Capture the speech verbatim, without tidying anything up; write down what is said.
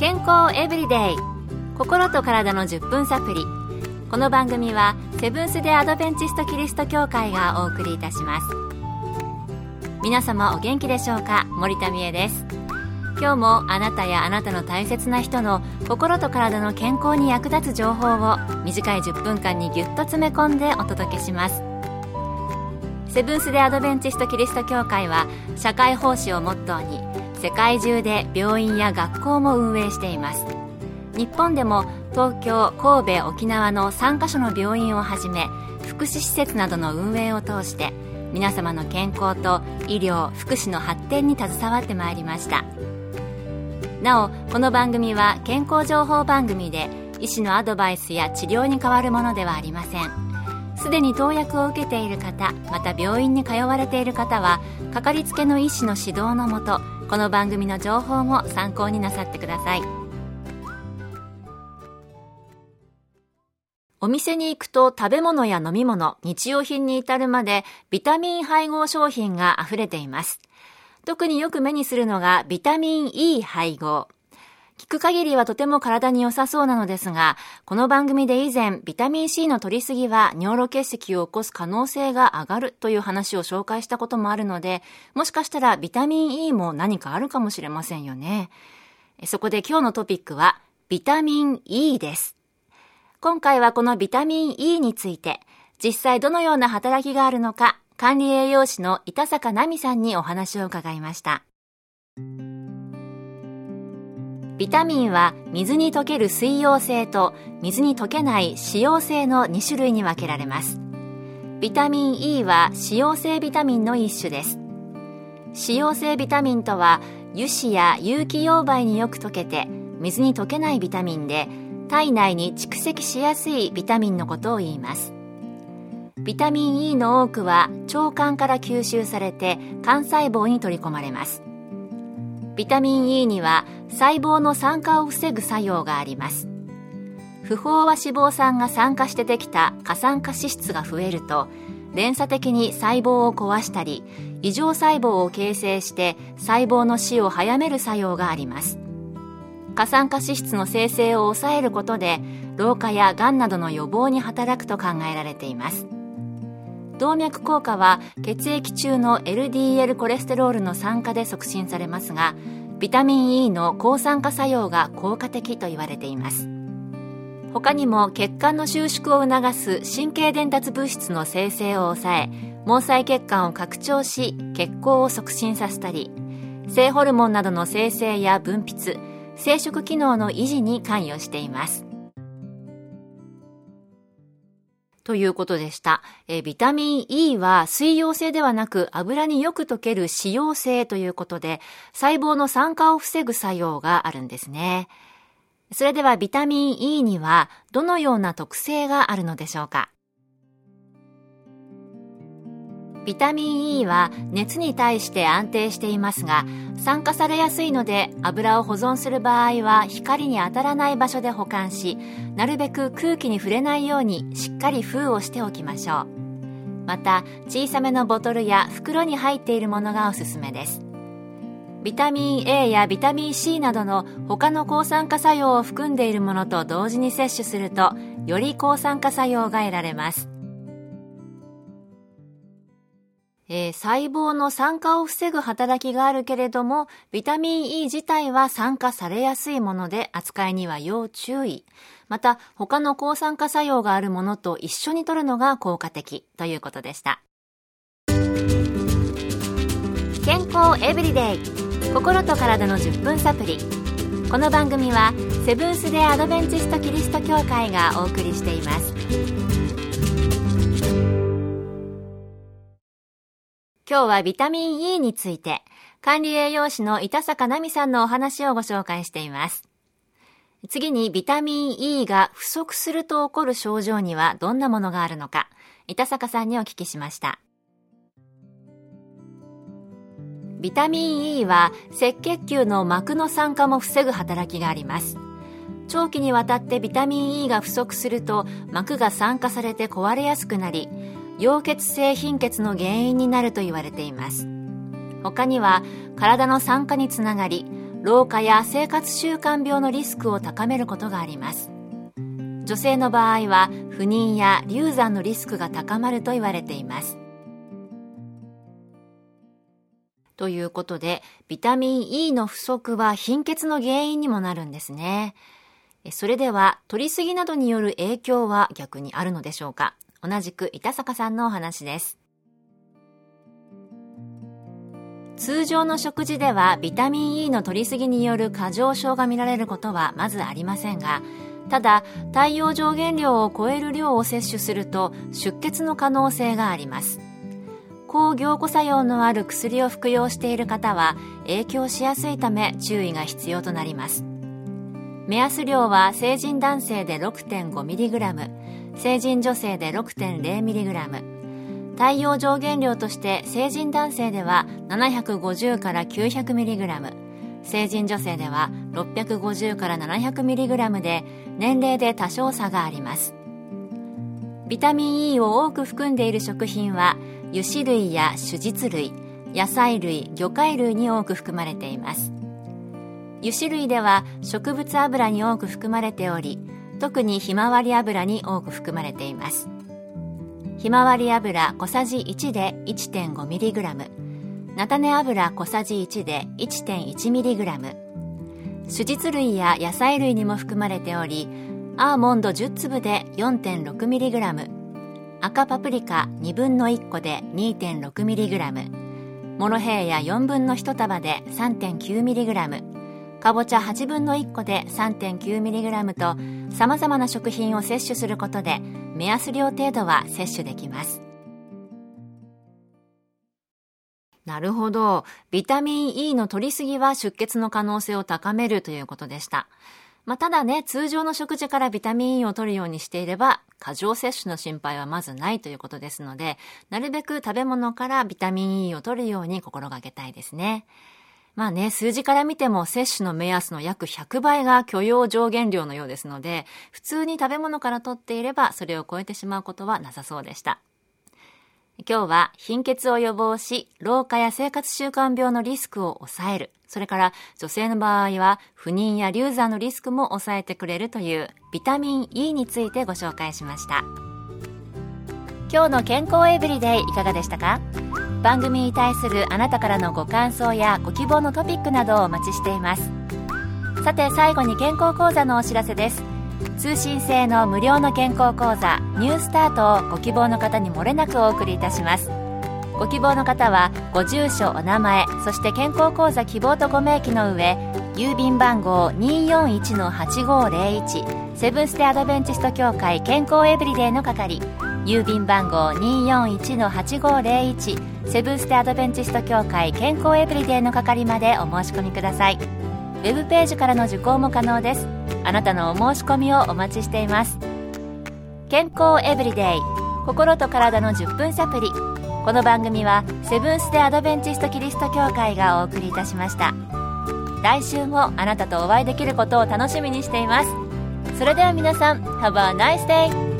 健康エブリデイ、心と体のじゅっぷんサプリ。この番組はセブンス・デ・アドベンチスト・キリスト教会がお送りいたします。皆様お元気でしょうか。森田美恵です。今日もあなたやあなたの大切な人の心と体の健康に役立つ情報を短いじゅっぷんかんにぎゅっと詰め込んでお届けします。セブンス・デ・アドベンチスト・キリスト教会は社会奉仕をモットーに世界中で病院や学校も運営しています。日本でも東京、神戸、沖縄のさんカ所の病院をはじめ福祉施設などの運営を通して皆様の健康と医療・福祉の発展に携わってまいりました。なお、この番組は健康情報番組で医師のアドバイスや治療に代わるものではありません。すでに投薬を受けている方、また病院に通われている方はかかりつけの医師の指導のもと、この番組の情報も参考になさってください。お店に行くと食べ物や飲み物、日用品に至るまでビタミン配合商品があふれています。特によく目にするのがビタミン E 配合。聞く限りはとても体に良さそうなのですが、この番組で以前ビタミン C の摂りすぎは尿路結石を起こす可能性が上がるという話を紹介したこともあるので、もしかしたらビタミン E も何かあるかもしれませんよね。そこで今日のトピックはビタミン E です。今回はこのビタミン E について、実際どのような働きがあるのか、管理栄養士の板坂奈美さんにお話を伺いました。ビタミンは水に溶ける水溶性と水に溶けない脂溶性のに種類に分けられます。ビタミン E は脂溶性ビタミンの一種です。脂溶性ビタミンとは油脂や有機溶媒によく溶けて水に溶けないビタミンで、体内に蓄積しやすいビタミンのことを言います。ビタミン E の多くは腸管から吸収されて幹細胞に取り込まれます。ビタミン E には細胞の酸化を防ぐ作用があります。不飽和脂肪酸が酸化してできた過酸化脂質が増えると、連鎖的に細胞を壊したり、異常細胞を形成して細胞の死を早める作用があります。過酸化脂質の生成を抑えることで、老化やがんなどの予防に働くと考えられています。動脈硬化は血液中の エルディーエル コレステロールの酸化で促進されますが、ビタミン E の抗酸化作用が効果的と言われています。他にも血管の収縮を促す神経伝達物質の生成を抑え、毛細血管を拡張し血行を促進させたり、性ホルモンなどの生成や分泌、生殖機能の維持に関与しています。ということでした。えビタミン E は水溶性ではなく油によく溶ける脂溶性ということで、細胞の酸化を防ぐ作用があるんですね。それではビタミン E にはどのような特性があるのでしょうか。ビタミン E は熱に対して安定していますが、酸化されやすいので油を保存する場合は光に当たらない場所で保管し、なるべく空気に触れないようにしっかり封をしておきましょう。また小さめのボトルや袋に入っているものがおすすめです。ビタミン A やビタミン C などの他の抗酸化作用を含んでいるものと同時に摂取すると、より抗酸化作用が得られます。えー、細胞の酸化を防ぐ働きがあるけれども、ビタミン E 自体は酸化されやすいもので扱いには要注意。また他の抗酸化作用があるものと一緒に摂るのが効果的ということでした。健康エブリデイ、心と体のじゅっぷんサプリ。この番組はセブンス・デ・アドベンチスト・キリスト教会がお送りしています。今日はビタミン E について、管理栄養士の板坂奈美さんのお話をご紹介しています。次にビタミン E が不足すると起こる症状にはどんなものがあるのか、板坂さんにお聞きしました。ビタミン E は赤血球の膜の酸化も防ぐ働きがあります。長期にわたってビタミン E が不足すると膜が酸化されて壊れやすくなり、溶血性貧血の原因になると言われています。他には体の酸化につながり、 老化や生活習慣病のリスクを高めることがあります。女性の場合は不妊や流産のリスクが高まると言われています。ということで、ビタミン E の不足は貧血の原因にもなるんですね。それでは、摂りすぎなどによる影響は逆にあるのでしょうか。同じく板坂さんのお話です。通常の食事ではビタミン E の摂りすぎによる過剰症が見られることはまずありませんが、ただ体容上限量を超える量を摂取すると出血の可能性があります。抗凝固作用のある薬を服用している方は影響しやすいため注意が必要となります。目安量は成人男性で ろくてんごミリグラム、成人女性で ろくてんゼロミリグラム、体容上限量として成人男性ではななひゃくごじゅうからきゅうひゃくミリグラム、成人女性ではろっぴゃくごじゅうからななひゃくミリグラムで年齢で多少差があります。ビタミン E を多く含んでいる食品は油脂類や種実類、野菜類、魚介類に多く含まれています。油脂類では植物油に多く含まれており、特にひまわり油に多く含まれています。ひまわり油小さじいちで いってんごミリグラム、菜種油小さじいちで いってんいちミリグラム、種実類や野菜類にも含まれており、アーモンドじゅっつぶで よんてんろくミリグラム、赤パプリカにぶんのいっこで にてんろくミリグラム、モロヘイヤよんぶんのいちたばで さんてんきゅうミリグラム、かぼちゃはちぶんのいっこで さんてんきゅうミリグラム と様々な食品を摂取することで目安量程度は摂取できます。なるほど。ビタミン E の摂りすぎは出血の可能性を高めるということでした。まあ、ただね、通常の食事からビタミン E を摂るようにしていれば、過剰摂取の心配はまずないということですので、なるべく食べ物からビタミン E を摂るように心がけたいですね。まあね、数字から見ても摂取の目安の約ひゃくばいが許容上限量のようですので、普通に食べ物から摂っていればそれを超えてしまうことはなさそうでした。今日は貧血を予防し、老化や生活習慣病のリスクを抑える。それから女性の場合は不妊や流産のリスクも抑えてくれるというビタミン E についてご紹介しました。今日の健康エブリデイいかがでしたか？番組に対するあなたからのご感想やご希望のトピックなどをお待ちしています。さて最後に健康講座のお知らせです。通信制の無料の健康講座ニュースタートをご希望の方に漏れなくお送りいたします。ご希望の方はご住所、お名前、そして健康講座希望とご明記の上、郵便番号 にーよんいちのはちごーぜろいち セブンステアドベンチスト協会健康エブリデイの係、郵便番号 にーよんいちのはちごーぜろいち セブンステアドベンチスト協会健康エブリデイの係までお申し込みください。ウェブページからの受講も可能です。あなたのお申し込みをお待ちしています。健康エブリデイ、心と体のじゅっぷんサプリ。この番組はセブンス・デ・アドベンチスト・キリスト教会がお送りいたしました。来週もあなたとお会いできることを楽しみにしています。それでは皆さん、Have a nice day!